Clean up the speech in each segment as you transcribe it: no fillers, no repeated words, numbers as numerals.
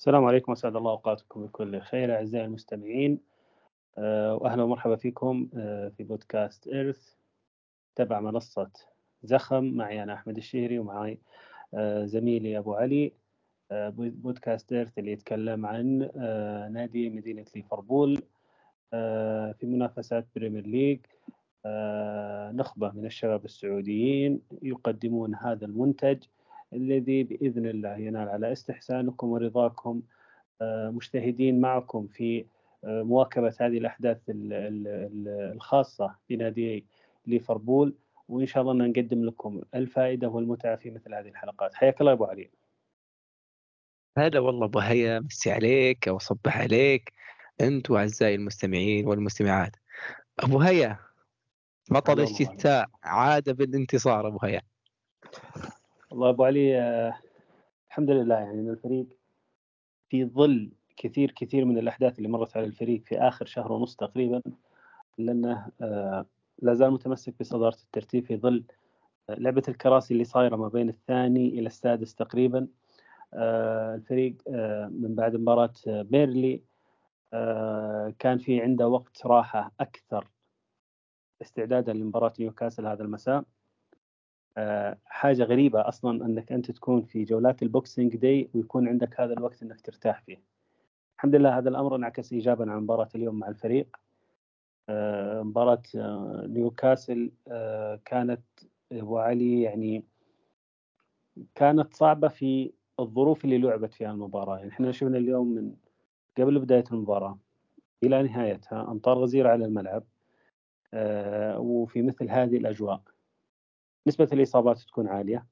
السلام عليكم وأسعد الله أوقاتكم بكل خير أعزائي المستمعين. وأهلا ومرحبا فيكم في بودكاست إيرث تبع منصة زخم. معي أنا أحمد الشهري ومعي زميلي أبو علي. بودكاست إيرث اللي يتكلم عن نادي مدينة ليفربول في منافسات بريمير ليج. نخبة من الشباب السعوديين يقدمون هذا المنتج الذي بإذن الله ينال على استحسانكم ورضاكم، مجتهدين معكم في مواكبة هذه الأحداث الخاصة بنادي ليفربول، وإن شاء الله أن نقدم لكم الفائدة والمتعة في مثل هذه الحلقات. حياك الله يا أبو علي. هلا والله أبو هيا، مسي عليك أو صبح عليك أنت وأعزائي المستمعين والمستمعات. أبو هيا، بطل هلا والله أبو علي. الشتاء عاد بالانتصار. أبو هيا، والله أبو علي، الحمد لله يعني أن الفريق في ظل كثير من الأحداث اللي مرت على الفريق في آخر شهر ونص تقريبا، لأنه لا زال متمسك بصدارة الترتيب في ظل لعبة الكراسي اللي صايرة ما بين الثاني إلى السادس تقريبا. الفريق من بعد مباراة بيرلي كان في عنده وقت راحة أكثر استعدادا لمباراة نيوكاسل هذا المساء. حاجة غريبة أصلا أنك أنت تكون في جولات البوكسينج داي ويكون عندك هذا الوقت أنك ترتاح فيه. الحمد لله هذا الأمر انعكس إيجابا عن مباراة اليوم مع الفريق. مباراة نيوكاسل كانت أبو علي يعني كانت صعبة في الظروف اللي لعبت فيها المباراة. يعني احنا شفنا اليوم من قبل بداية المباراة إلى نهايتها أمطار غزيرة على الملعب، وفي مثل هذه الأجواء نسبة الإصابات تكون عالية،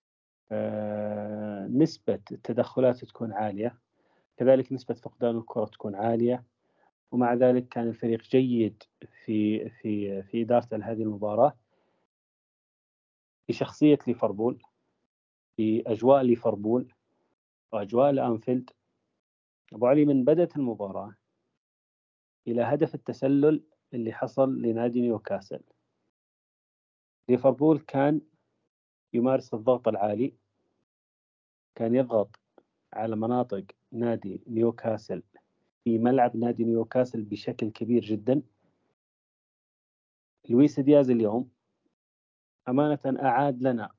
نسبة التدخلات تكون عالية، كذلك نسبة فقدان الكرة تكون عالية. ومع ذلك كان الفريق جيد في إدارته لهذه المباراة، في شخصية ليفربول، في أجواء ليفربول وأجواء الأنفيلد. أبو علي، من بدأت المباراة إلى هدف التسلل اللي حصل لنادي نيوكاسل، ليفربول كان يمارس الضغط العالي، كان يضغط على مناطق نادي نيوكاسل في ملعب نادي نيوكاسل بشكل كبير جدا. لويس دياز اليوم أمانة أعاد لنا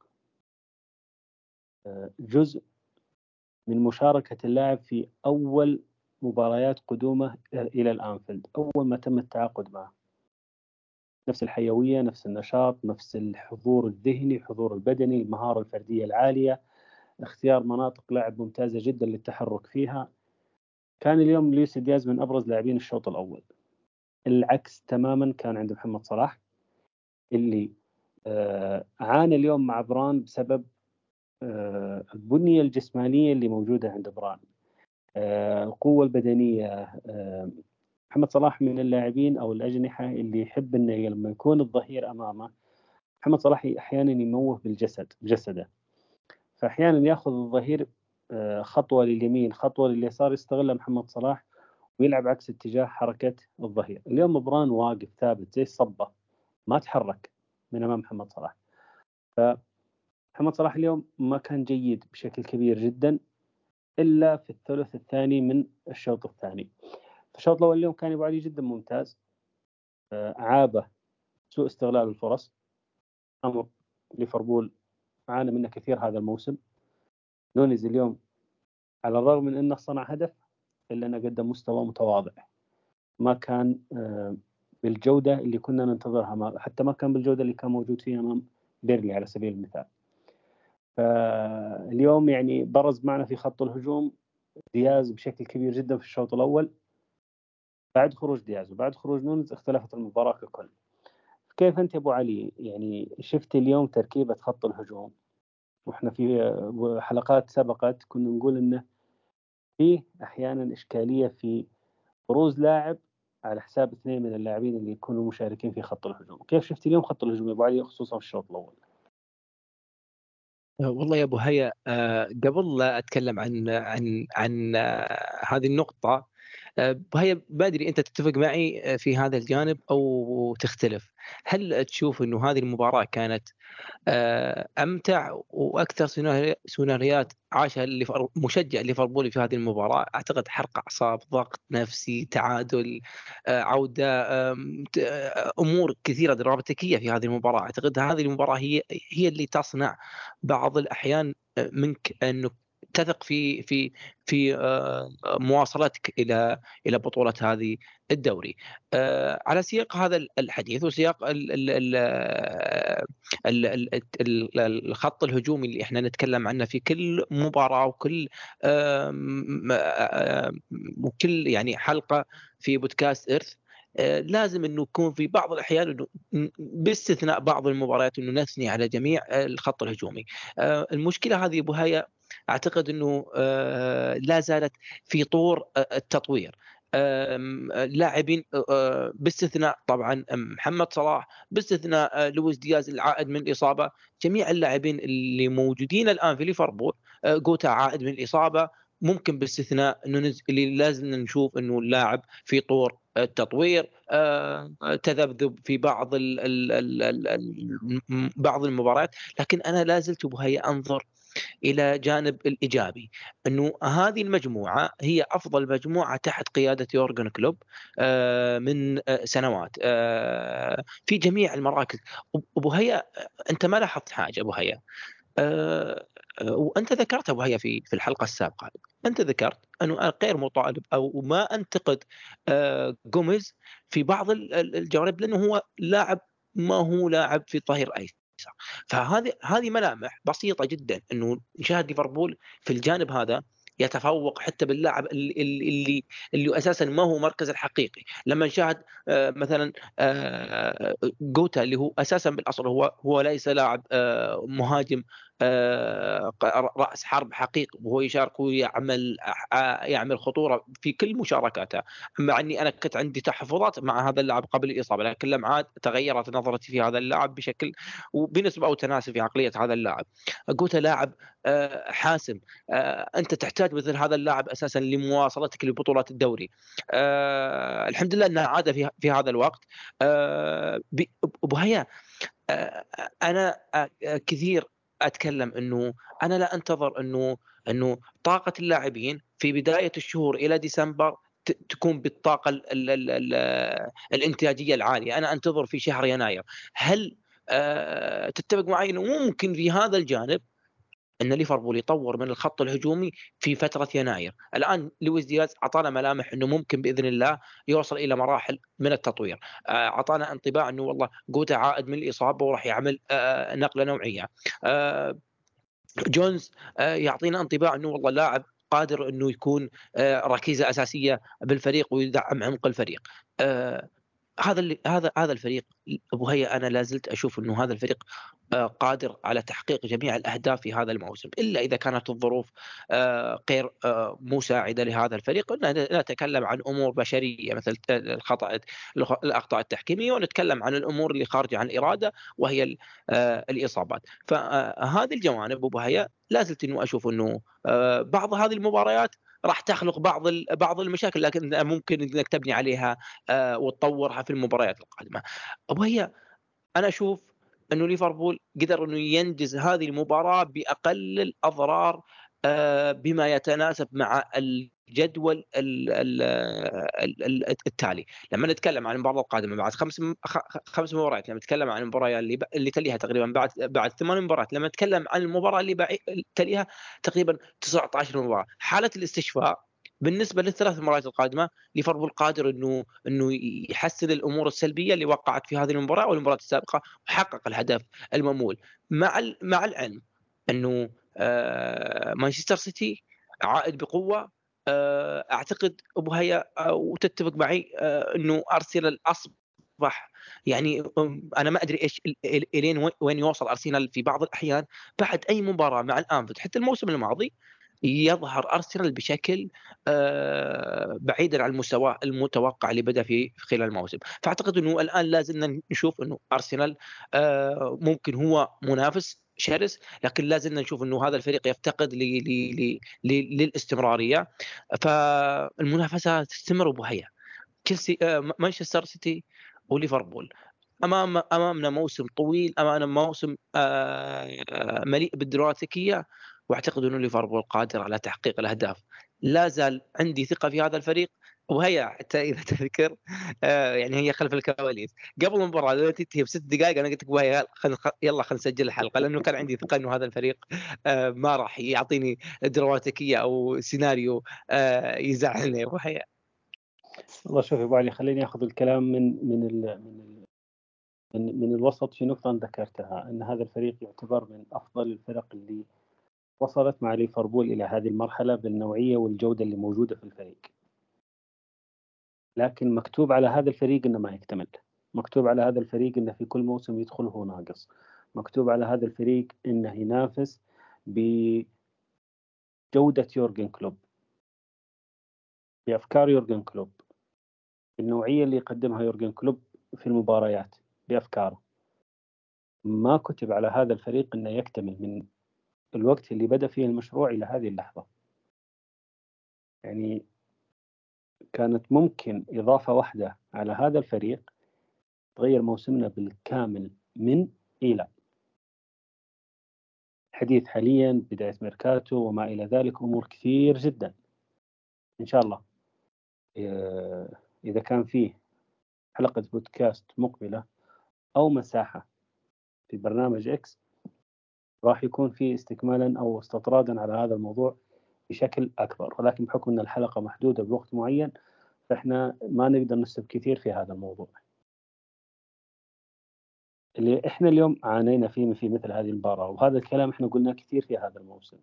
جزء من مشاركة اللاعب في أول مباريات قدومه إلى الأنفيلد، أول ما تم التعاقد معه. نفس الحيوية، نفس النشاط، نفس الحضور الذهني، الحضور البدني، المهارة الفردية العالية، اختيار مناطق لعب ممتازة جدا للتحرك فيها. كان اليوم لويس دياز من أبرز لاعبين الشوط الأول. العكس تماما كان عند محمد صلاح، اللي عانى اليوم مع بران بسبب البنية الجسمانية اللي موجودة عند بران، القوة البدنية. محمد صلاح من اللاعبين أو الأجنحة اللي يحب أنه لما يكون الظهير أمامه، محمد صلاح أحيانا يموه بجسده، فأحيانا يأخذ الظهير خطوة لليمين خطوة لليسار، يستغل محمد صلاح ويلعب عكس اتجاه حركة الظهير. اليوم بران واقف ثابت زي الصبة، ما تحرك من أمام محمد صلاح. فمحمد صلاح اليوم ما كان جيد بشكل كبير جدا إلا في الثلث الثاني من الشوط الثاني. الشوط الأول اليوم كان يبغى عليه جدا ممتاز، عابه سوء استغلال الفرص، أمر ليفربول عانى منه كثير هذا الموسم. نونيز اليوم على الرغم من أنه صنع هدف إلا أنه قدم مستوى متواضع، ما كان بالجودة اللي كنا ننتظرها، حتى ما كان بالجودة اللي كان موجود فيها أمام بيرلي على سبيل المثال. فاليوم يعني برز معنا في خط الهجوم دياز بشكل كبير جدا في الشوط الأول. بعد خروج دياز وبعد خروج نونز اختلفت المباراة ككل. كيف أنت يا أبو علي يعني شفت اليوم تركيبة خط الهجوم؟ وإحنا في حلقات سبقت كنا نقول إنه فيه أحيانا إشكالية في بروز لاعب على حساب اثنين من اللاعبين اللي يكونوا مشاركين في خط الهجوم. كيف شفت اليوم خط الهجوم يا أبو علي خصوصا في الشوط الأول؟ والله يا أبو هيا، قبل لا أتكلم عن هذه النقطة، وهي ما أدري أنت تتفق معي في هذا الجانب أو تختلف؟ هل تشوف إنه هذه المباراة كانت أمتع وأكثر سيناريوهات عاشها مشجع ليفربول في هذه المباراة؟ أعتقد حرق أعصاب، ضغط نفسي، تعادل، عودة، أمور كثيرة دراماتيكية في هذه المباراة. أعتقد هذه المباراة هي اللي تصنع بعض الأحيان منك أنك تثق في مواصلتك إلى بطولة هذه الدوري. على سياق هذا الحديث وسياق الخط الهجومي اللي احنا نتكلم عنه في كل مباراة وكل وكل يعني حلقة في بودكاست إرث، لازم انه يكون في بعض الاحيان انه باستثناء بعض المباريات انه نثني على جميع الخط الهجومي. المشكله هذه ابو هيا اعتقد انه لا زالت في طور التطوير. لاعبين باستثناء طبعا محمد صلاح، باستثناء لويس دياز العائد من الإصابة، جميع اللاعبين اللي موجودين الآن في ليفربول، جوتا عائد من الإصابة، ممكن باستثناء انه اللي لازم نشوف انه اللاعب في طور التطوير، تذبذب في بعض المباريات. لكن انا لا زلت بهي انظر إلى جانب الإيجابي، أنه هذه المجموعة هي أفضل مجموعة تحت قيادة يورغن كلوب من سنوات في جميع المراكز. أبو هيا، أنت ما لاحظت حاجة أبو هيا؟ وأنت ذكرت أبو هيا في الحلقة السابقة، أنت ذكرت أنه أنا غير مطالب أو ما أنتقد جوميز في بعض الجوانب لأنه هو لاعب، ما هو لاعب في ظهير أيسر. فهذه ملامح بسيطة جدا أنه نشاهد ليفربول في الجانب هذا يتفوق حتى باللاعب اللي أساسا ما هو مركز الحقيقي. لما نشاهد مثلا جوتا اللي هو أساسا بالأصل هو ليس لاعب مهاجم رأس حرب حقيقي، وهو يشارك ويعمل خطورة في كل مشاركاته. مع أني أنا كنت عندي تحفظات مع هذا اللاعب قبل الإصابة، لكن لما عاد تغيرت نظرتي في هذا اللاعب بشكل وبنسبة أو تناسب في عقلية هذا اللاعب. قلت لاعب حاسم، أنت تحتاج مثل هذا اللاعب أساسا لمواصلتك لبطولات الدوري. الحمد لله أنه عاد في هذا الوقت. أبو هيا، أنا كثير أتكلم أنه أنا لا أنتظر أنه طاقة اللاعبين في بداية الشهور إلى ديسمبر تكون بالطاقة الانتاجية العالية. أنا أنتظر في شهر يناير. هل تتفق معي أنه ممكن في هذا الجانب أن ليفربول يطور من الخط الهجومي في فترة يناير؟ الآن لويس دياز أعطانا ملامح أنه ممكن بإذن الله يوصل إلى مراحل من التطوير. أعطانا انطباع أنه والله جوتا عائد من الإصابة وراح يعمل نقلة نوعية. جونز يعطينا انطباع أنه والله لاعب قادر أنه يكون ركيزة أساسية بالفريق ويدعم عمق الفريق. هذا الفريق ابو هيا، انا لا زلت اشوف انه هذا الفريق قادر على تحقيق جميع الاهداف في هذا الموسم، الا اذا كانت الظروف غير مساعده لهذا الفريق. نتكلم عن امور بشريه مثل الاخطاء التحكيميه، ونتكلم عن الامور اللي خارجه عن الاراده وهي الاصابات. فهذه الجوانب ابو هيا لا زلت انه اشوف انه بعض هذه المباريات راح تخلق بعض المشاكل، لكن ممكن انك تبني عليها وتطورها في المباريات القادمه. وهي انا اشوف انه ليفربول قدر انه ينجز هذه المباراه باقل الاضرار بما يتناسب مع الجدول التالي. لما نتكلم عن المباراه القادمه بعد خمس مباريات، لما نتكلم عن المباراه اللي تليها تقريبا بعد 8 مباريات، لما نتكلم عن المباراه اللي تليها تقريبا 19 مباراه. حاله الاستشفاء بالنسبه للثلاث مباريات القادمه، ليفربول قادر انه يحسن الامور السلبيه اللي وقعت في هذه المباراه والمباراه السابقه وحقق الهدف المامول. مع العلم انه مانشستر سيتي عائد بقوه. اعتقد ابو هيا وتتفق معي انه ارسنال اصبح يعني انا ما ادري ايش الين وين يوصل ارسنال في بعض الاحيان بعد اي مباراه مع الانفيلد. حتى الموسم الماضي يظهر أرسنال بشكل بعيدا عن المستوى المتوقع اللي بدأ فيه خلال الموسم. فأعتقد أنه الآن لازلنا نشوف أنه أرسنال ممكن هو منافس شرس، لكن لا زلنا نشوف إنه هذا الفريق يفتقد للاستمرارية. فالمنافسة تستمر أبو هيا. تشيلسي، مانشستر سيتي وليفربول، أمامنا موسم طويل، أمامنا موسم مليء بالدراماتيكية، وأعتقد إنه ليفربول قادر على تحقيق الأهداف. لا زال عندي ثقة في هذا الفريق. وهي حتى إذا تذكر، يعني هي خلف الكواليس قبل المباراة لما تنتهي ب6 دقائق أنا قلت لك وهي يلا خلينا نسجل الحلقة، لأنه كان عندي ثقة إنه هذا الفريق ما راح يعطيني دراماتيكية أو سيناريو يزعلني. وهي والله شوف يا ابو علي، خليني اخذ الكلام من الوسط في نقطة ذكرتها، ان هذا الفريق يعتبر من افضل الفرق اللي وصلت مع ليفربول الى هذه المرحلة بالنوعية والجودة اللي موجودة في الفريق. لكن مكتوب على هذا الفريق انه ما يكتمل، مكتوب على هذا الفريق انه في كل موسم يدخل هو ناقص، مكتوب على هذا الفريق انه ينافس بجودة يورجن كلوب، بافكار يورجن كلوب، النوعية اللي يقدمها يورجن كلوب في المباريات بافكاره. ما كتب على هذا الفريق انه يكتمل من الوقت اللي بدأ فيه المشروع الى هذه اللحظة. يعني كانت ممكن إضافة واحدة على هذا الفريق تغير موسمنا بالكامل من إلى. حديث حاليا بداية ميركاتو وما إلى ذلك، أمور كثير جدا. إن شاء الله إذا كان فيه حلقة بودكاست مقبلة أو مساحة في برنامج إكس، راح يكون فيه استكمالا أو استطرادا على هذا الموضوع بشكل أكبر، ولكن بحكم أن الحلقة محدودة بوقت معين فإحنا ما نقدر نسب كثير في هذا الموضوع. اللي إحنا اليوم عانينا فيه في مثل هذه المباراة، وهذا الكلام إحنا قلناه كثير في هذا الموسم،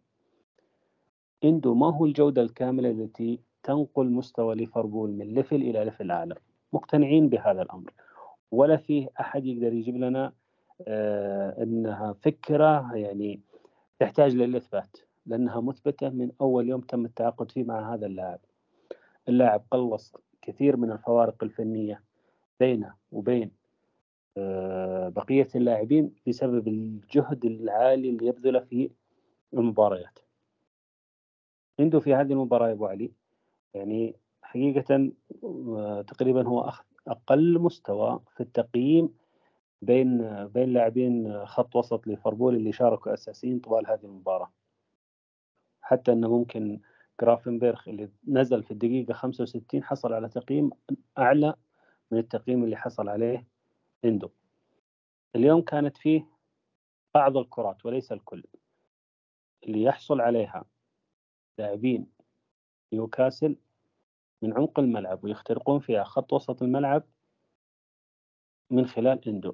عنده ما هو الجودة الكاملة التي تنقل مستوى ليفربول من ليفل إلى ليفل أعلى. مقتنعين بهذا الأمر، ولا فيه أحد يقدر يجيب لنا أنها فكرة يعني تحتاج للإثبات، لأنها مثبتة من أول يوم تم التعاقد فيه مع هذا اللاعب. اللاعب قلص كثير من الفوارق الفنية بينه وبين بقية اللاعبين بسبب الجهد العالي اللي يبذله في المباريات. عنده في هذه المباراة يا أبو علي يعني حقيقة تقريبا هو أخذ أقل مستوى في التقييم بين لاعبين خط وسط ليفربول اللي شاركوا أساسيين طوال هذه المباراة. حتى أنه ممكن جرافنبرخ اللي نزل في الدقيقة 65 حصل على تقييم أعلى من التقييم اللي حصل عليه عنده. اليوم كانت فيه بعض الكرات وليس الكل اللي يحصل عليها لاعبين نيوكاسل من عمق الملعب ويخترقون فيها خط وسط الملعب من خلال إندو.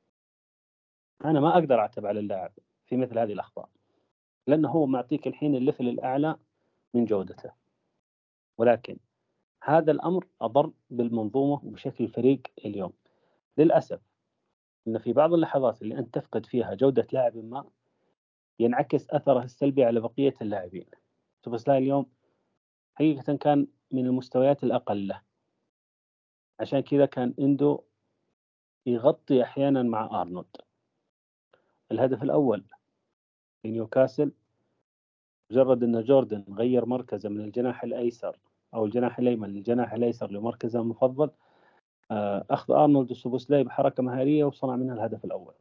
أنا ما أقدر أعتب على اللاعب في مثل هذه الأخطاء، لأنه هو معطيك الحين الليفل الأعلى من جودته، ولكن هذا الأمر أضر بالمنظومة وبشكل الفريق اليوم. للأسف أن في بعض اللحظات اللي أنت تفقد فيها جودة لاعب ما ينعكس أثره السلبي على بقية اللاعبين. سوبوسلاي اليوم حقيقة كان من المستويات الأقل له، عشان كذا كان إندو يغطي أحيانا مع أرنولد. الهدف الأول في نيوكاسل مجرد أن جوردن غير مركزه من الجناح الأيسر أو الجناح الأيمن للجناح الأيسر لمركزه المفضل، أخذ أرنولد وسوبوسلاي بحركة مهارية وصنع منها الهدف الأول.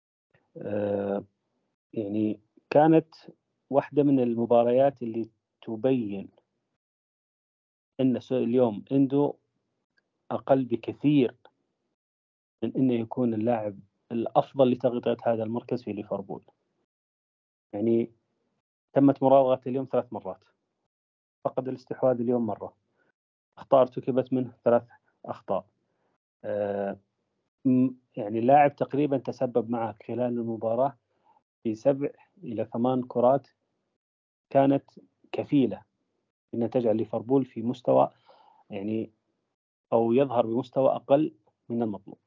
يعني كانت واحدة من المباريات اللي تبين أن اليوم إندو أقل بكثير من أنه يكون اللاعب الأفضل لتغطية هذا المركز في ليفربول. يعني تمت مراوغة اليوم 3 مرات، فقد الاستحواذ اليوم مرة، أخطاء ارتكبت منه 3 أخطاء. يعني اللاعب تقريبا تسبب معك خلال المباراة في 7 إلى 8 كرات كانت كفيلة أن تجعل ليفربول في مستوى يعني أو يظهر بمستوى أقل من المطلوب.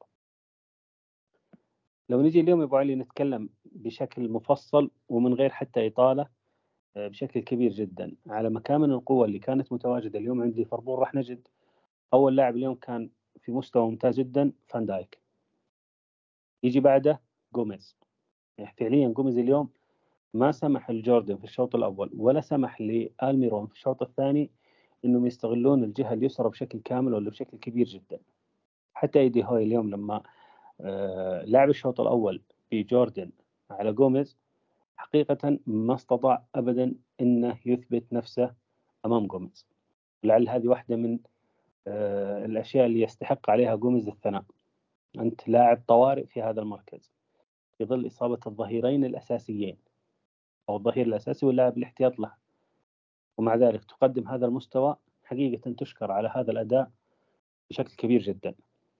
لو نجي اليوم يا أبو علي نتكلم بشكل مفصل ومن غير حتى إطالة بشكل كبير جدا على مكامن القوة اللي كانت متواجدة اليوم عند ليفربول، راح نجد أول لاعب اليوم كان في مستوى ممتاز جدا فان دايك، يجي بعده جوميز، يعني فعليا جوميز اليوم ما سمح لجوردن في الشوط الأول ولا سمح لآلميرون في الشوط الثاني إنهم يستغلون الجهة اليسرى بشكل كامل ولا بشكل كبير جدا. حتى إيدي هوي اليوم لما لعب الشوط الأول بجوردن على جوميز حقيقة ما استطاع أبدا أنه يثبت نفسه أمام جوميز. لعل هذه واحدة من الأشياء اللي يستحق عليها جوميز الثناء. أنت لاعب طوارئ في هذا المركز في ظل إصابة الظهيرين الأساسيين أو الظهير الأساسي واللاعب الاحتياط له، ومع ذلك تقدم هذا المستوى. حقيقة تشكر على هذا الأداء بشكل كبير جدا.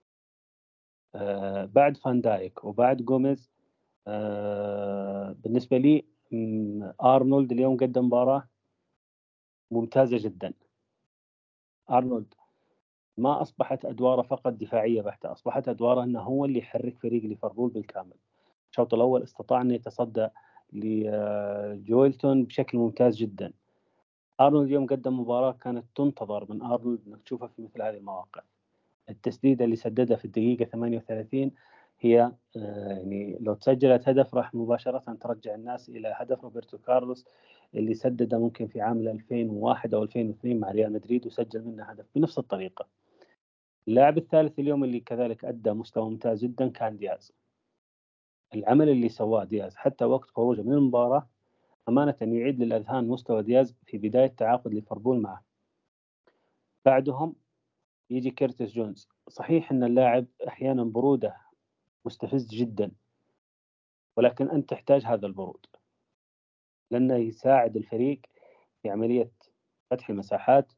بعد فان دايك وبعد جوميز بالنسبة لي أرنولد اليوم قدم مباراة ممتازة جدا. أرنولد ما أصبحت أدواره فقط دفاعية بحتة، أصبحت أدواره أنه هو اللي يحرك فريق ليفربول بالكامل. الشوط الأول استطاع أن يتصدى لجويلتون بشكل ممتاز جدا. أرنولد اليوم قدم مباراة كانت تنتظر من أرنولد أنك تشوفها في مثل هذه المواقع. التسديدة اللي سددها في الدقيقة 38 هي يعني لو تسجلت هدف راح مباشرة ترجع الناس إلى هدف روبرتو كارلوس اللي سدده ممكن في عام 2001 أو 2002 مع ريال مدريد وسجل منه هدف بنفس الطريقة. اللاعب الثالث اليوم اللي كذلك أدى مستوى ممتاز جدا كان دياز. العمل اللي سواه دياز حتى وقت خروجه من المباراة أمانة يعيد للأذهان مستوى دياز في بداية تعاقد ليفربول معه. بعدهم يجي كيرتس جونز. صحيح أن اللاعب أحيانا بروده مستفز جدا، ولكن أنت تحتاج هذا البرود لأنه يساعد الفريق في عملية فتح المساحات،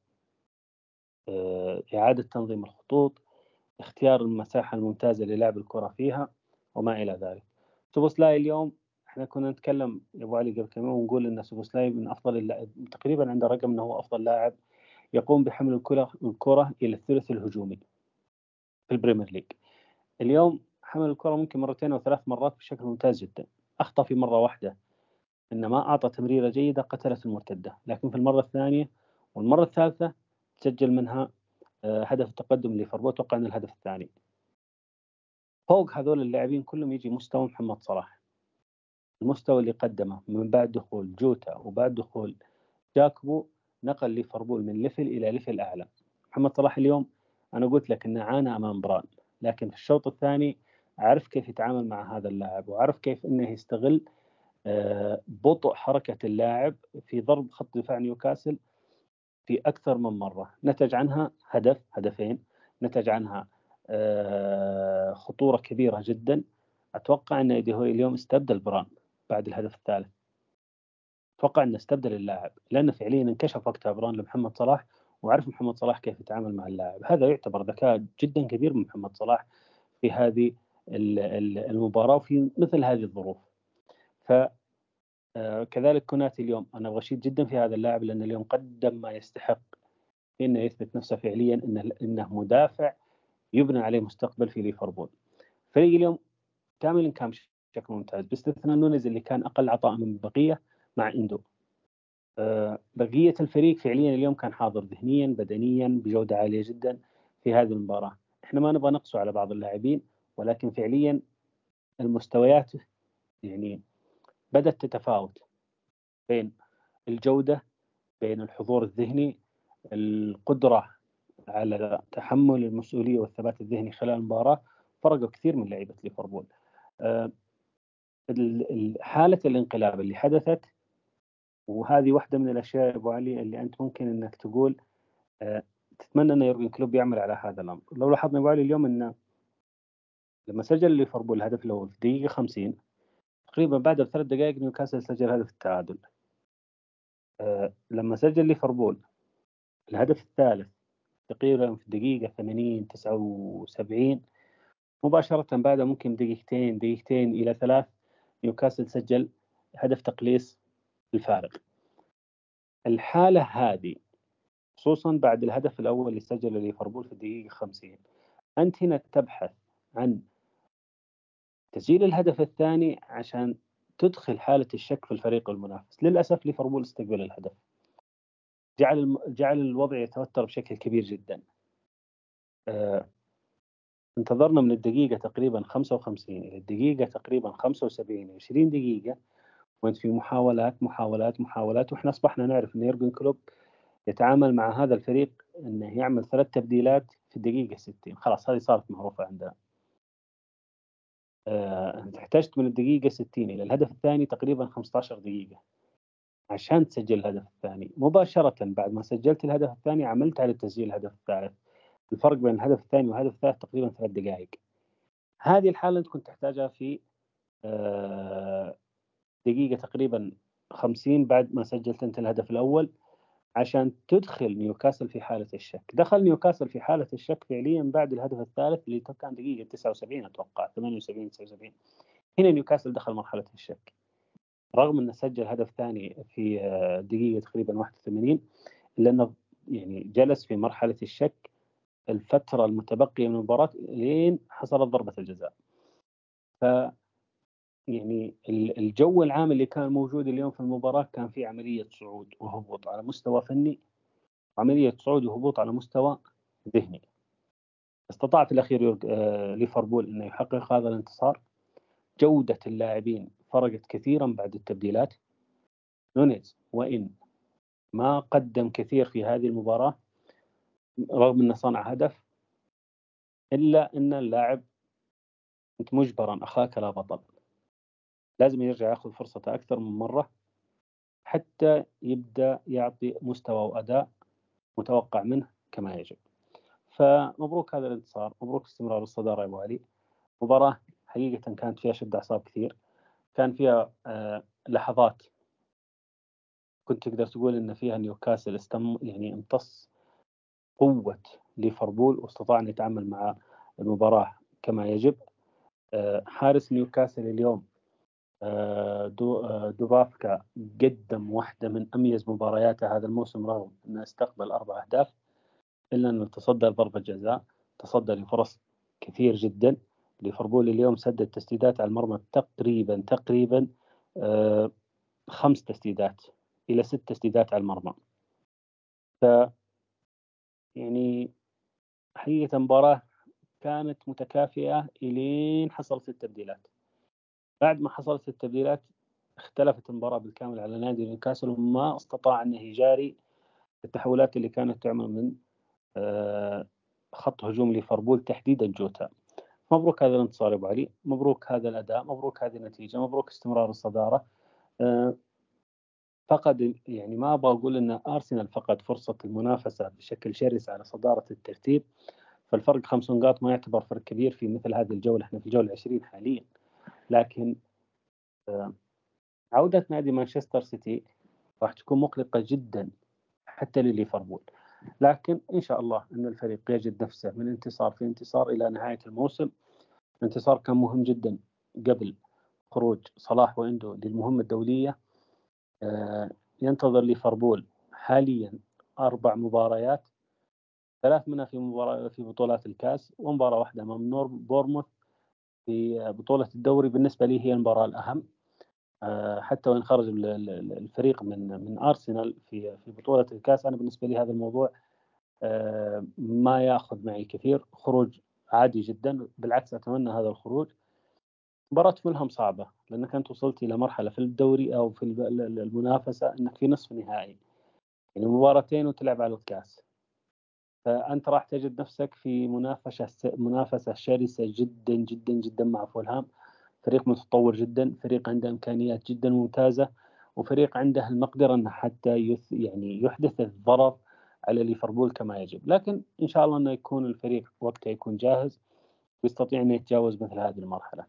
إعادة تنظيم الخطوط، اختيار المساحة الممتازة للعب الكرة فيها وما إلى ذلك. سوبوسلاي اليوم احنا كنا نتكلم يا ابو علي قبل كم يوم ونقول ان سوبوسلاي من افضل اللاعب، تقريبا عنده رقم انه هو افضل لاعب يقوم بحمل الكرة الى الثلث الهجومي في البريمير ليج. اليوم حمل الكرة ممكن مرتين او ثلاث مرات بشكل ممتاز جدا. اخطا في مرة واحدة ان ما اعطى تمريرة جيدة قتلت المرتدة، لكن في المرة الثانية والمرة الثالثة سجل منها هدف التقدم ليفربول. اتوقع ان الهدف الثاني. فوق هذول اللاعبين كلهم يجي مستوى محمد صلاح. المستوى اللي قدمه من بعد دخول جوتا وبعد دخول جاكبو نقل ليفربول من ليفل إلى ليفل أعلى. محمد صلاح اليوم أنا قلت لك أنه عانى أمام بران، لكن في الشوط الثاني عرف كيف يتعامل مع هذا اللاعب وعرف كيف أنه يستغل بطء حركة اللاعب في ضرب خط دفاع نيوكاسل في أكثر من مرة. نتج عنها هدف هدفين، نتج عنها خطورة كبيرة جدا. أتوقع أن إيدي هوي اليوم استبدل بران بعد الهدف الثالث. أتوقع أنه استبدل اللاعب لأنه فعليا انكشف وقتها بران لمحمد صلاح وعرف محمد صلاح كيف يتعامل مع اللاعب. هذا يعتبر ذكاء جدا كبير من محمد صلاح في هذه المباراة وفي مثل هذه الظروف. فكذلك كوناتي اليوم أنا غشيت جدا في هذا اللاعب لأن اليوم قدم ما يستحق انه يثبت نفسه فعليا انه مدافع يبنى عليه مستقبل في ليفربول. فريق اليوم كاملا كان بشكل ممتاز باستثناء نونيز اللي كان اقل عطاء من البقيه مع اندو. بقيه الفريق فعليا اليوم كان حاضر ذهنيا بدنيا بجوده عاليه جدا في هذه المباراه. احنا ما نبغى نقصه على بعض اللاعبين، ولكن فعليا المستويات يعني بدات تتفاوت بين الجوده، بين الحضور الذهني، القدره على تحمل المسؤولية والثبات الذهني خلال المباراة. فرقوا كثير من لعيبة ليفربول. حالة الانقلاب اللي حدثت، وهذه واحدة من الأشياء يا أبو علي اللي أنت ممكن أنك تقول تتمنى أن يورجن كلوب يعمل على هذا الأمر. لو لاحظنا يا أبو علي اليوم أنه لما سجل ليفربول الهدف الأول في دقيقة 50 تقريبا بعد بثلاث دقائق نيوكاسل سجل هدف التعادل. لما سجل ليفربول الهدف الثالث تقريبا في دقيقة 80 79 مباشرة بعدها ممكن دقيقتين إلى ثلاث نيوكاسل سجل هدف تقليص الفارق. الحالة هذه خصوصا بعد الهدف الأول اللي سجله ليفربول في الدقيقة 50 أنت هنا تبحث عن تسجيل الهدف الثاني عشان تدخل حالة الشك في الفريق المنافس. للأسف ليفربول استقبل الهدف، جعل الوضع يتوتر بشكل كبير جدا. انتظرنا من الدقيقة تقريبًا 55 إلى الدقيقة تقريبًا 75، 20 دقيقة، وأنت في محاولات، محاولات، محاولات، وإحنا أصبحنا نعرف إن يورجن كلوب يتعامل مع هذا الفريق إنه يعمل 3 تبديلات في الدقيقة 60، خلاص هذه صارت معروفة عندنا. أنت احتجت من الدقيقة 60 إلى الهدف الثاني تقريبًا 15 دقيقة عشان تسجل الهدف الثاني، مباشرةً بعد ما سجلت الهدف الثاني عملت على تسجيل الهدف الثالث، الفرق بين الهدف الثاني والهدف الثالث تقريبًا 3 دقايق. هذه الحالة أنت كنت تحتاجها في آآ دقيقة تقريبًا 50 بعد ما سجلت أنت الهدف الأول، عشان تدخل نيوكاسل في حالة الشك. دخل نيوكاسل في حالة الشك فعليًا بعد الهدف الثالث اللي كان دقيقة 79 أتوقع، 78، 79. هنا نيوكاسل دخل مرحلة الشك، رغم إنه سجل هدف ثاني في دقيقة تقريبًا 81، إلا إنه يعني جلس في مرحلة الشك الفترة المتبقية من المباراة لين حصلت ضربة الجزاء. ف يعني الجو العام اللي كان موجود اليوم في المباراة كان في عملية صعود وهبوط على مستوى فني، وعملية صعود وهبوط على مستوى ذهني. استطاع في الأخير ليفربول إنه يحقق هذا الانتصار. جودة اللاعبين فرقت كثيرًا بعد التبديلات. نونيز وإن ما قدم كثير في هذه المباراة رغم أنه صنع هدف، إلا أن اللاعب أنت مجبرًا أخاك لا بطل، لازم يرجع ياخذ فرصته أكثر من مرة حتى يبدأ يعطي مستوى وأداء متوقع منه كما يجب. فمبروك هذا الانتصار، مبروك استمرار الصدارة يا أبو علي. مباراة حقيقةً كانت فيها شد أعصاب كثير، كان فيها لحظات كنت تقدر تقول إن فيها نيوكاسل يعني امتص قوة ليفربول واستطاع أن يتعامل مع المباراة كما يجب. حارس نيوكاسل اليوم دوبافكا قدم واحدة من أميز مبارياته هذا الموسم رغم أنه استقبل 4 أهداف، إلا أنه تصدى لضربة جزاء، تصدى لفرص كثير جدًا. ليفربول اليوم سدد تسديدات على المرمى تقريبًا 5 تسديدات إلى 6 تسديدات على المرمى. يعني حقيقة مباراة كانت متكافئة إلين حصلت التبديلات. بعد ما حصلت التبديلات اختلفت المباراة بالكامل على نادي نيوكاسل، وما استطاع أنه يجاري التحولات اللي كانت تعمل من خط هجوم ليفربول تحديدًا جوتا. مبروك هذا الانتصار يا أبو علي، مبروك هذا الأداء، مبروك هذه النتيجة، مبروك استمرار الصدارة. فقد يعني ما أبغى أقول إن أرسنال فقد فرصة المنافسة بشكل شرس على صدارة الترتيب، فالفرق 5 نقاط ما يعتبر فرق كبير في مثل هذه الجولة، إحنا في الجولة 20 حاليًا. لكن عودة نادي مانشستر سيتي راح تكون مقلقة جدًا حتى لليفربول، لكن إن شاء الله إن الفريق يجد نفسه من انتصار في انتصار إلى نهاية الموسم. الانتصار كان مهم جدًا قبل خروج صلاح وإندو للمهمة الدولية. ينتظر ليفربول حاليًا 4 مباريات، 3 منها في بطولات الكاس، ومباراة واحدة أمام بورموث في بطولة الدوري. بالنسبة لي هي المباراة الأهم. حتى وإن خرج الفريق من أرسنال في بطولة الكاس، أنا بالنسبة لي هذا الموضوع ما يأخذ معي كثير، خروج عادي جدًا، بالعكس أتمنى هذا الخروج. مباراة فولهام صعبة، لأنك أنت وصلت إلى مرحلة في الدوري أو في المنافسة أنك في نصف نهائي، يعني مباراتين وتلعب على الكاس، فأنت راح تجد نفسك في منافسة شرسة جدًا، جدًا، جدًا مع فولهام. فريق متطور جدًا، فريق عنده إمكانيات جدًا ممتازة، وفريق عنده المقدرة إنه حتى يعني يحدث الضرر على ليفربول كما يجب. لكن إن شاء الله إنه يكون الفريق وقتها يكون جاهز ويستطيع إنه يتجاوز مثل هذه المرحلة.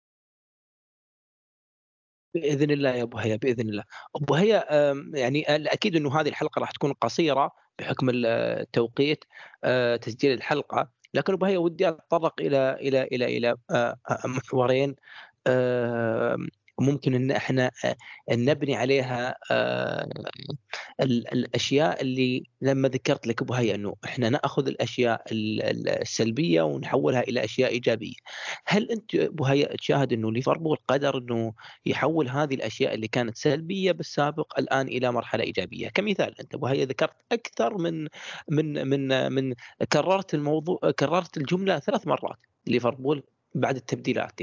بإذن الله يا أبو هيا، بإذن الله. أبو هيا، يعني الأكيد إنه هذه الحلقة راح تكون قصيرة بحكم التوقيت تسجيل الحلقة، لكن أبو هيا ودي أتطرق إلى محورين ممكن إن إحنا نبني عليها الأشياء اللي لمّا ذكرت لك أبو هيا إنه إحنا نأخذ الأشياء السلبية ونحوّلها إلى أشياء إيجابية. هل أنت أبو هيا تشاهد إنه ليفربول قدر إنه يحوّل هذه الأشياء اللي كانت سلبية بالسابق الآن إلى مرحلة إيجابية؟ كمثال أنت أبو هيا ذكرت أكثر من كررت الجملة 3 مرات. ليفربول بعد التبديلات،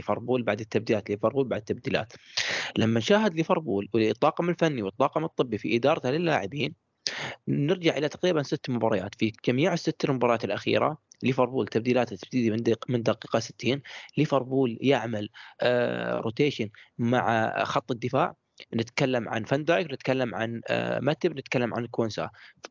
لما شاهد ليفربول والطاقم الفني والطاقم الطبي في إدارته للاعبين، نرجع إلى تقريبا 6 مباريات، في جميع ال6 مباريات الأخيرة ليفربول تبديلاته تبتدي من دقيقة 60. ليفربول يعمل روتيشن مع خط الدفاع. نتكلم عن فاندايك، نتكلم عن ماتب، نتكلم عن كونسا،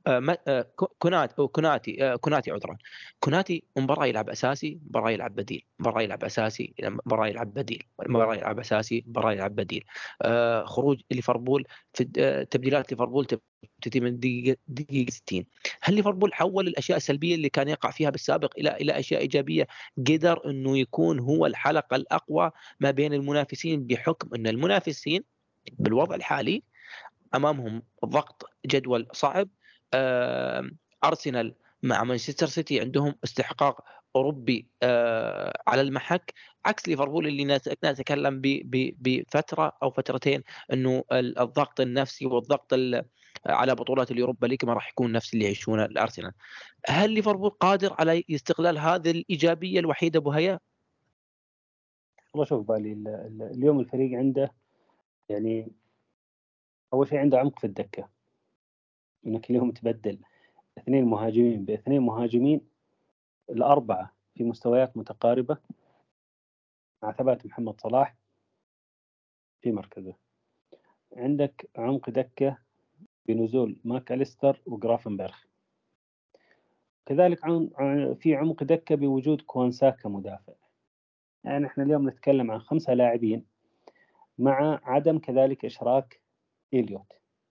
كوناتي عذرا. كوناتي مباراة يلعب أساسي، مباراة يلعب بديل، مباراة يلعب أساسي، مباراة يلعب بديل، مباراة يلعب أساسي، مباراة يلعب بديل. خروج ليفربول في تبديلات ليفربول تبتدي من دقيقة 60. هل ليفربول حول الأشياء السلبية اللي كان يقع فيها بالسابق إلى أشياء إيجابية؟ قدر أنه يكون هو الحلقة الأقوى ما بين المنافسين، بحكم أن المنافسين بالوضع الحالي أمامهم ضغط جدول صعب. أرسنال مع مانشستر سيتي عندهم استحقاق أوروبي على المحك، عكس ليفربول اللي نتكلم بفترة أو فترتين أنه الضغط النفسي والضغط على بطولات اليوروبا ليج ما راح يكون نفس اللي يعيشونه الأرسنال. هل ليفربول قادر على استغلال هذه الإيجابية الوحيدة بهيا؟ والله شوف بالي اليوم الفريق عنده يعني أول شيء عنده عمق في الدكة، إنك اليوم تبدل 2 مهاجمين ب2 مهاجمين الأربعة في مستويات متقاربة، مع ثبات محمد صلاح في مركزه. عندك عمق دكة بنزول ماك أليستر وجرافنبرغ، كذلك في عمق دكة بوجود كوانساكا مدافع. يعني احنا اليوم نتكلم عن 5 لاعبين، مع عدم كذلك إشراك إليوت.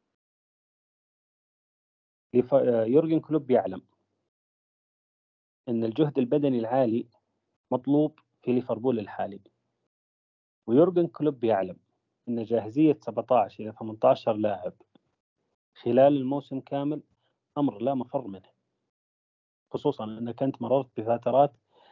يورجن كلوب يعلم أن الجهد البدني العالي مطلوب في ليفربول الحالي، ويورجن كلوب يعلم أن جاهزية 17 إلى 18 لاعب خلال الموسم كامل أمر لا مفر منه، خصوصا أنك أنت مررت بفترات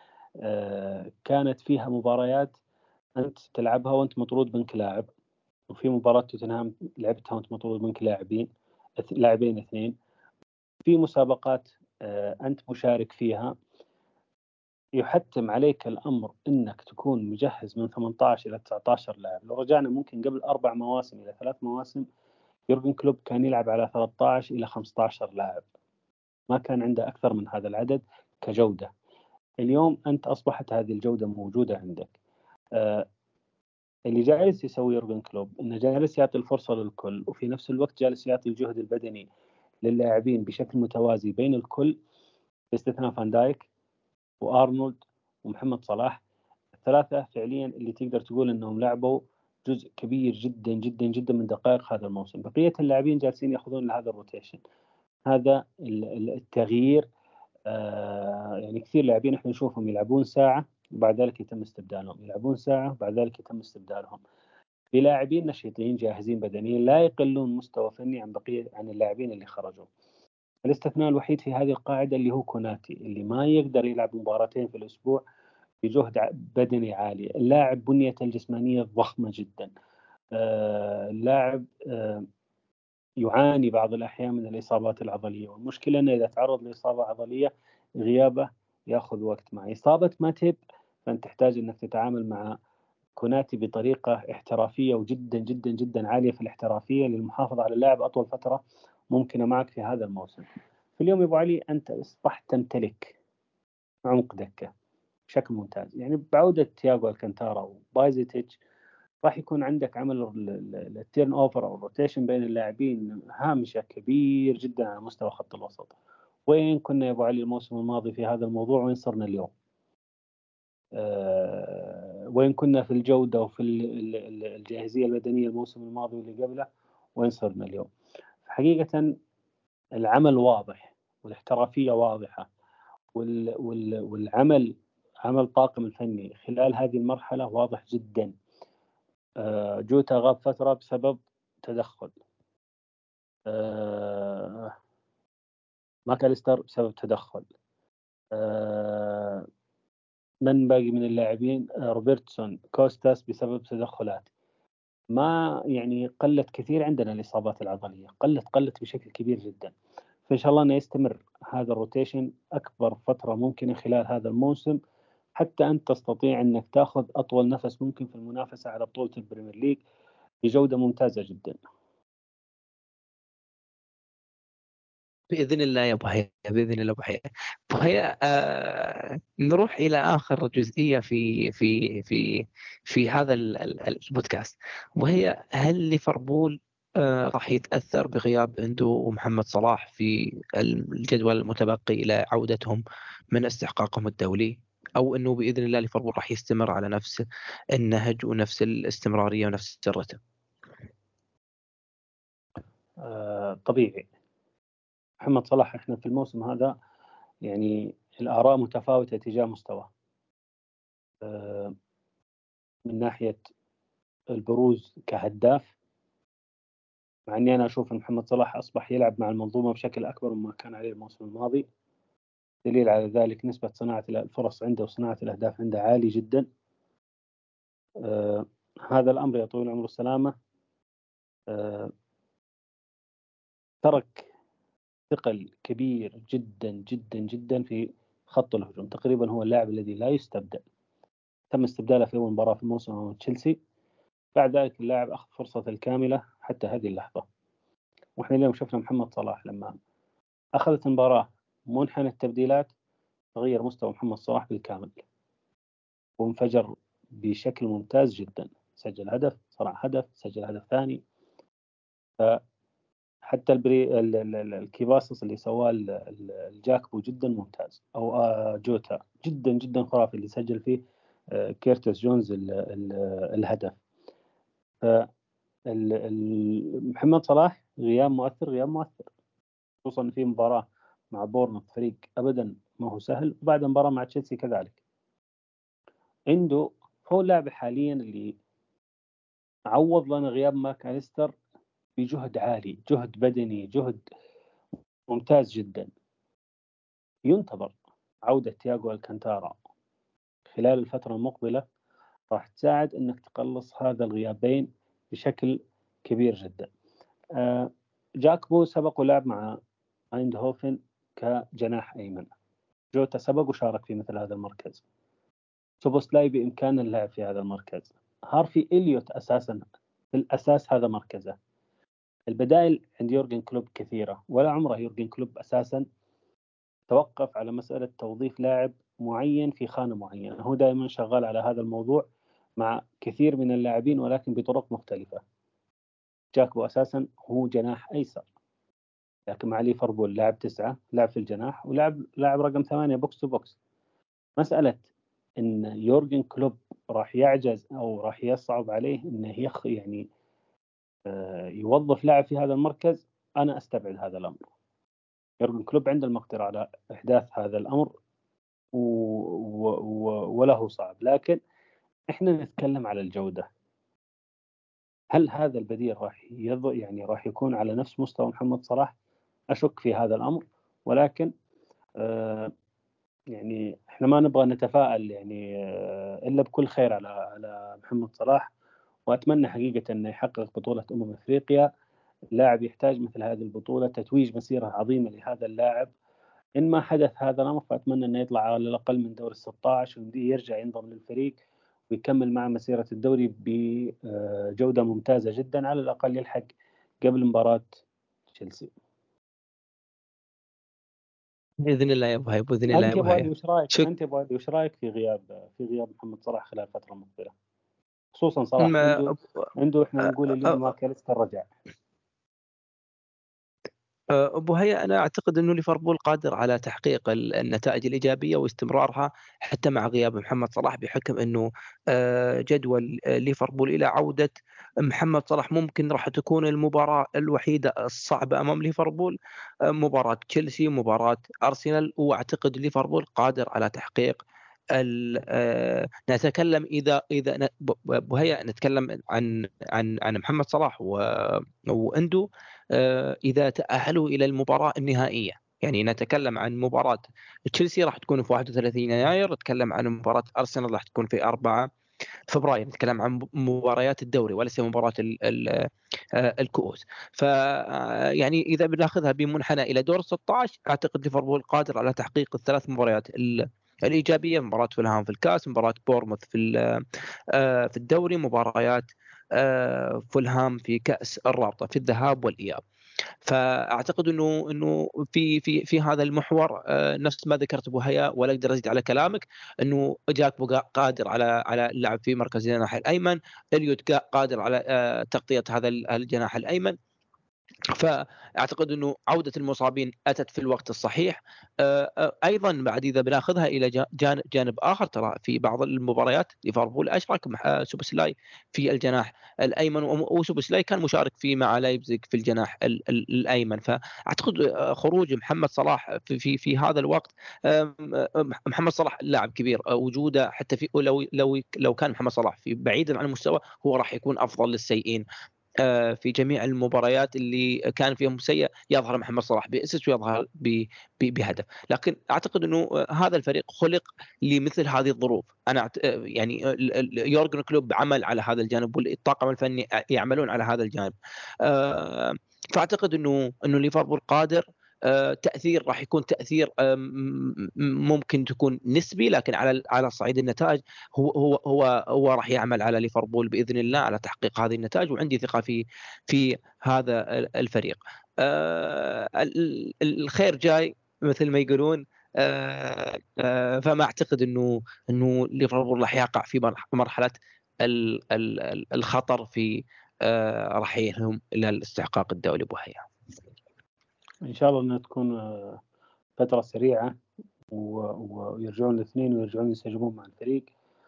كانت فيها مباريات أنت تلعبها وأنت مطرود منك لاعب، وفي مباراة توتنهام لعبتها وأنت مطرود منك لاعبين 2. في مسابقات أنت مشارك فيها يحتم عليك الأمر أنك تكون مجهز من 18 إلى 19 لاعب. لو رجعنا ممكن قبل 4 مواسم إلى 3 مواسم، يورجن كلوب كان يلعب على 13 إلى 15 لاعب، ما كان عنده أكثر من هذا العدد كجودة. اليوم أنت أصبحت هذه الجودة موجودة عندك. اللي جالس يسوي يورجن كلوب إنه جالس يعطي الفرصة للكل، وفي نفس الوقت جالس يعطي الجهد البدني للاعبين بشكل متوازي بين الكل، باستثناء فان دايك وارنولد ومحمد صلاح. الثلاثة فعليا اللي تقدر تقول انهم لعبوا جزء كبير جدا جدا جدا من دقائق هذا الموسم. بقية اللاعبين جالسين ياخذون هذا الروتيشن، هذا التغيير. يعني كثير لاعبين احنا نشوفهم يلعبون ساعة وبعد ذلك يتم استبدالهم، يلعبون ساعة وبعد ذلك يتم استبدالهم. في لاعبين نشيطين جاهزين بدنيا لا يقلون مستوى فني عن اللاعبين اللي خرجوا. الاستثناء الوحيد في هذه القاعدة اللي هو كوناتي، اللي ما يقدر يلعب مباراتين في الأسبوع بجهد بدني عالي. اللاعب بنيته الجسمانية ضخمة جدا، اللاعب يعاني بعض الأحيان من الإصابات العضلية، والمشكلة أنه إذا تعرض لإصابة عضلية غيابه يأخذ وقت. مع إصابة ماتيب فأنت تحتاج أنك تتعامل مع كوناتي بطريقة احترافية وجدا جدا جدا عالية في الاحترافية للمحافظة على اللاعب أطول فترة ممكنة معك في هذا الموسم. في اليوم يا أبو علي أنت أصبحت تمتلك عمق دكة بشكل ممتاز. يعني بعودة تياغو الكانتارا وبايزيتيتش راح يكون عندك عمل التيرن اوفر او الروتيشن بين اللاعبين هامشة كبير جدا على مستوى خط الوسط. وين كنا يا ابو علي الموسم الماضي في هذا الموضوع؟ وين صرنا اليوم؟ وين كنا في الجودة وفي الجاهزية البدنية الموسم الماضي واللي قبله؟ وين صرنا اليوم؟ حقيقة العمل واضح والاحترافية واضحة، والعمل عمل طاقم الفني خلال هذه المرحلة واضح جدا. جوتا غاب فترة بسبب تدخل، ماكاليستر بسبب تدخل، من باقي من اللاعبين، روبرتسون، كوستاس بسبب تدخلات. ما يعني قلت كثير عندنا الإصابات العضلية، قلت بشكل كبير جدا. فإن شاء الله أنه يستمر هذا الروتيشن أكبر فترة ممكنة خلال هذا الموسم، حتى أنت تستطيع أنك تأخذ أطول نفس ممكن في المنافسة على بطولة البريمير ليج بجودة ممتازة جدا. باذن الله يا ابو هيا، باذن الله ابو هيا. ابو هيا، نروح الى اخر جزئيه في هذا البودكاست، وهي هل ليفربول راح يتاثر بغياب اندو ومحمد صلاح في الجدول المتبقي الى عودتهم من استحقاقهم الدولي، او انه باذن الله ليفربول راح يستمر على نفس النهج ونفس الاستمراريه ونفس الرتم؟ طبيعي. محمد صلاح احنا في الموسم هذا يعني الآراء متفاوتة تجاه مستواه، من ناحية البروز كهداف، مع أني أنا أشوف أن محمد صلاح أصبح يلعب مع المنظومة بشكل أكبر مما كان عليه الموسم الماضي. دليل على ذلك نسبة صناعة الفرص عنده وصناعة الأهداف عنده عالي جدا. هذا الأمر يا طويل العمر والسلامة ترك ثقل كبير جدا جدا جدا في خط الهجوم. تقريبا هو اللاعب الذي لا يستبدل. تم استبداله في أول مباراة في الموسم أمام تشيلسي، بعد ذلك اللاعب أخذ فرصة الكاملة حتى هذه اللحظة. وإحنا اليوم شفنا محمد صلاح لما أخذت المباراة منحنى التبديلات تغير مستوى محمد صلاح بالكامل وانفجر بشكل ممتاز جدا. سجل هدف، صنع هدف، سجل هدف ثاني. حتى الكيباسس اللي سواه الجاكبو جدا ممتاز، او جوتا جدا جدا خرافي اللي سجل فيه كيرتس جونز الهدف. محمد صلاح غياب مؤثر، غياب مؤثر، خصوصا في مباراة مع بورنموث فريق ابدا ما هو سهل، وبعد مباراة مع تشيلسي كذلك. عنده هو اللاعب حاليا اللي عوض لنا غياب ماكاليستر بجهد عالي، جهد بدني، جهد ممتاز جدا. ينتظر عودة تياغو الكانتارا خلال الفترة المقبلة، راح تساعد انك تقلص هذا الغيابين بشكل كبير جدا. جاكبو سبق ولعب مع ايندهوفن كجناح ايمن. جوتا سبق وشارك في مثل هذا المركز. سوبوسلاي بامكان اللعب في هذا المركز. هارفي إليوت اساسا في الاساس هذا مركزه. البدائل عند يورجن كلوب كثيرة، ولا عمره يورجن كلوب اساسا توقف على مسألة توظيف لاعب معين في خانة معينة. هو دائما شغال على هذا الموضوع مع كثير من اللاعبين ولكن بطرق مختلفة. جاكبو أساسا هو جناح أيسر، لكن مع ليفربول لاعب 9، لاعب في الجناح لاعب رقم 8 بوكس تو بوكس. مسألة إن يورجن كلوب راح يعجز أو راح يصعب عليه إنه يعني يوظف لاعب في هذا المركز، أنا أستبعد هذا الأمر. يورجن كلوب عنده المقدرة على إحداث هذا الأمر وله صعب، لكن احنا نتكلم على الجودة. هل هذا البديل راح يعني راح يكون على نفس مستوى محمد صلاح؟ أشك في هذا الأمر، ولكن يعني احنا ما نبغى نتفائل يعني إلا بكل خير على محمد صلاح. وأتمنى حقيقة أنه يحقق بطولة أفريقيا. اللاعب يحتاج مثل هذه البطولة، تتويج مسيرة عظيمة لهذا اللاعب. إن ما حدث هذا الأمر فأتمنى أنه يطلع على الأقل من دور 16 ويرجع ينضم للفريق ويكمل مع مسيرة الدوري بجودة ممتازة جدا، على الأقل يلحق قبل مباراة تشيلسي. باذن الله يا ابو هيا، باذن الله يا أنت يا ابو أبو علي هيا. وش رأيك؟ أنت يا أبو علي وش رأيك في غياب محمد صلاح خلال الفترة المقبلة، خصوصا صلاح عنده إحنا نقول اليوم ماكاليستر رجع. أبو هيا، أنا أعتقد أنه ليفربول قادر على تحقيق النتائج الإيجابية واستمرارها حتى مع غياب محمد صلاح، بحكم أنه جدول ليفربول إلى عودة محمد صلاح ممكن راح تكون المباراة الوحيدة الصعبة أمام ليفربول مباراة تشيلسي، مباراة أرسنال. وأعتقد ليفربول قادر على تحقيق نتكلم إذا أبو هيا نتكلم عن محمد صلاح وأندو إذا تأهلوا إلى المباراة النهائية. يعني نتكلم عن مباراة تشيلسي راح تكون في 31 يناير، نتكلم عن مباراة أرسنال راح تكون في 4 فبراير، نتكلم عن مباريات الدوري وليس مباراة الكؤوس. ف يعني إذا بناخذها بمنحنى إلى دور 16، أعتقد ليفربول قادر على تحقيق الثلاث مباريات الإيجابية: مباراة فولهام في الكاس، مباراة بورموث في الدوري، مباريات فولهام في كأس الرابطة في الذهاب والإياب. فاعتقد انه في هذا المحور نفس ما ذكرت ابو هيا، ولا اقدر ازيد على كلامك، انه جاك قادر على اللعب في مركز الجناح الايمن، اليوت قادر على تغطيه هذا الجناح الايمن. فاعتقد انه عوده المصابين اتت في الوقت الصحيح. ايضا بعد اذا بناخذها الى جانب اخر، ترى في بعض المباريات ليفربول اشرك سوبوسلاي في الجناح الايمن، وسوبوسلاي كان مشارك فيه مع لايبزيغ في الجناح الايمن. فاعتقد خروج محمد صلاح في هذا الوقت، محمد صلاح لاعب كبير، وجوده حتى في لو كان محمد صلاح في بعيدا عن المستوى، هو راح يكون افضل للسيئين. في جميع المباريات اللي كان فيها مسيء يظهر محمد صلاح بأسس ويظهر بهدف. لكن أعتقد أنه هذا الفريق خلق لمثل هذه الظروف. أنا يعني يورجن كلوب عمل على هذا الجانب، والطاقم الفني يعملون على هذا الجانب. فأعتقد أنه ليفربول قادر. تأثير راح يكون تأثير ممكن تكون نسبي، لكن على صعيد النتائج هو راح يعمل على ليفربول بإذن الله على تحقيق هذه النتائج، وعندي ثقة في هذا الفريق. الخير جاي مثل ما يقولون. فما أعتقد إنه ليفربول راح يقع في مرحلة الخطر في رحيلهم إلى الاستحقاق الدولي. أبو هيا، إن شاء الله أنها تكون فترة سريعة ويرجعون الاثنين ويرجعون ينسجمون مع الفريق،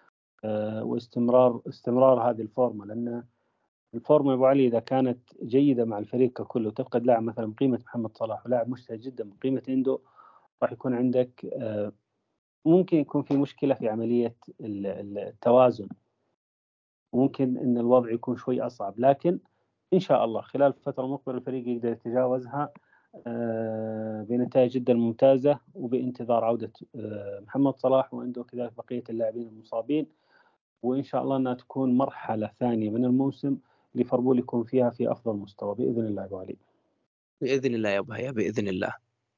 واستمرار هذه الفورمة، لأن الفورمة يا أبو علي إذا كانت جيدة مع الفريق ككل، وتفقد لاعب مثلا قيمة محمد صلاح ولاعب مجتهد جدا بقيمة إندو، راح يكون عندك ممكن يكون في مشكلة في عملية التوازن، وممكن إن الوضع يكون شوي أصعب. لكن إن شاء الله خلال الفترة المقبلة الفريق يقدر يتجاوزها بنتائج جدا ممتازة، وبانتظار عودة محمد صلاح وعنده كذلك بقية اللاعبين المصابين. وإن شاء الله أنها تكون مرحلة ثانية من الموسم ليفربول يكون فيها في أفضل مستوى بإذن الله أبو علي. بإذن الله يا أبو هيا، بإذن الله.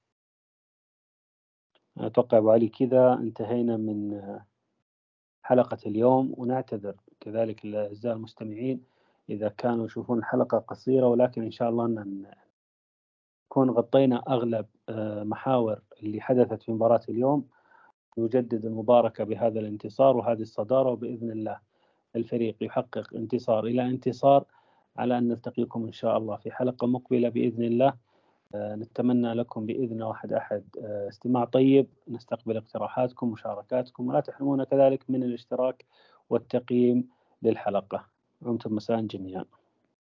أتوقع أبو علي كذا انتهينا من حلقة اليوم، ونعتذر كذلك للأعزاء المستمعين إذا كانوا يشوفون الحلقة قصيرة، ولكن إن شاء الله أن نكون غطينا أغلب محاور اللي حدثت في مباراة اليوم. يجدد المباركة بهذا الانتصار وهذه الصدارة، وبإذن الله الفريق يحقق انتصار إلى انتصار، على أن نلتقيكم إن شاء الله في حلقة مقبلة بإذن الله. نتمنى لكم بإذن واحد أحد استماع طيب، نستقبل اقتراحاتكم ومشاركاتكم، ولا تحرمونا كذلك من الاشتراك والتقييم للحلقة. أنتم مساء جميعا.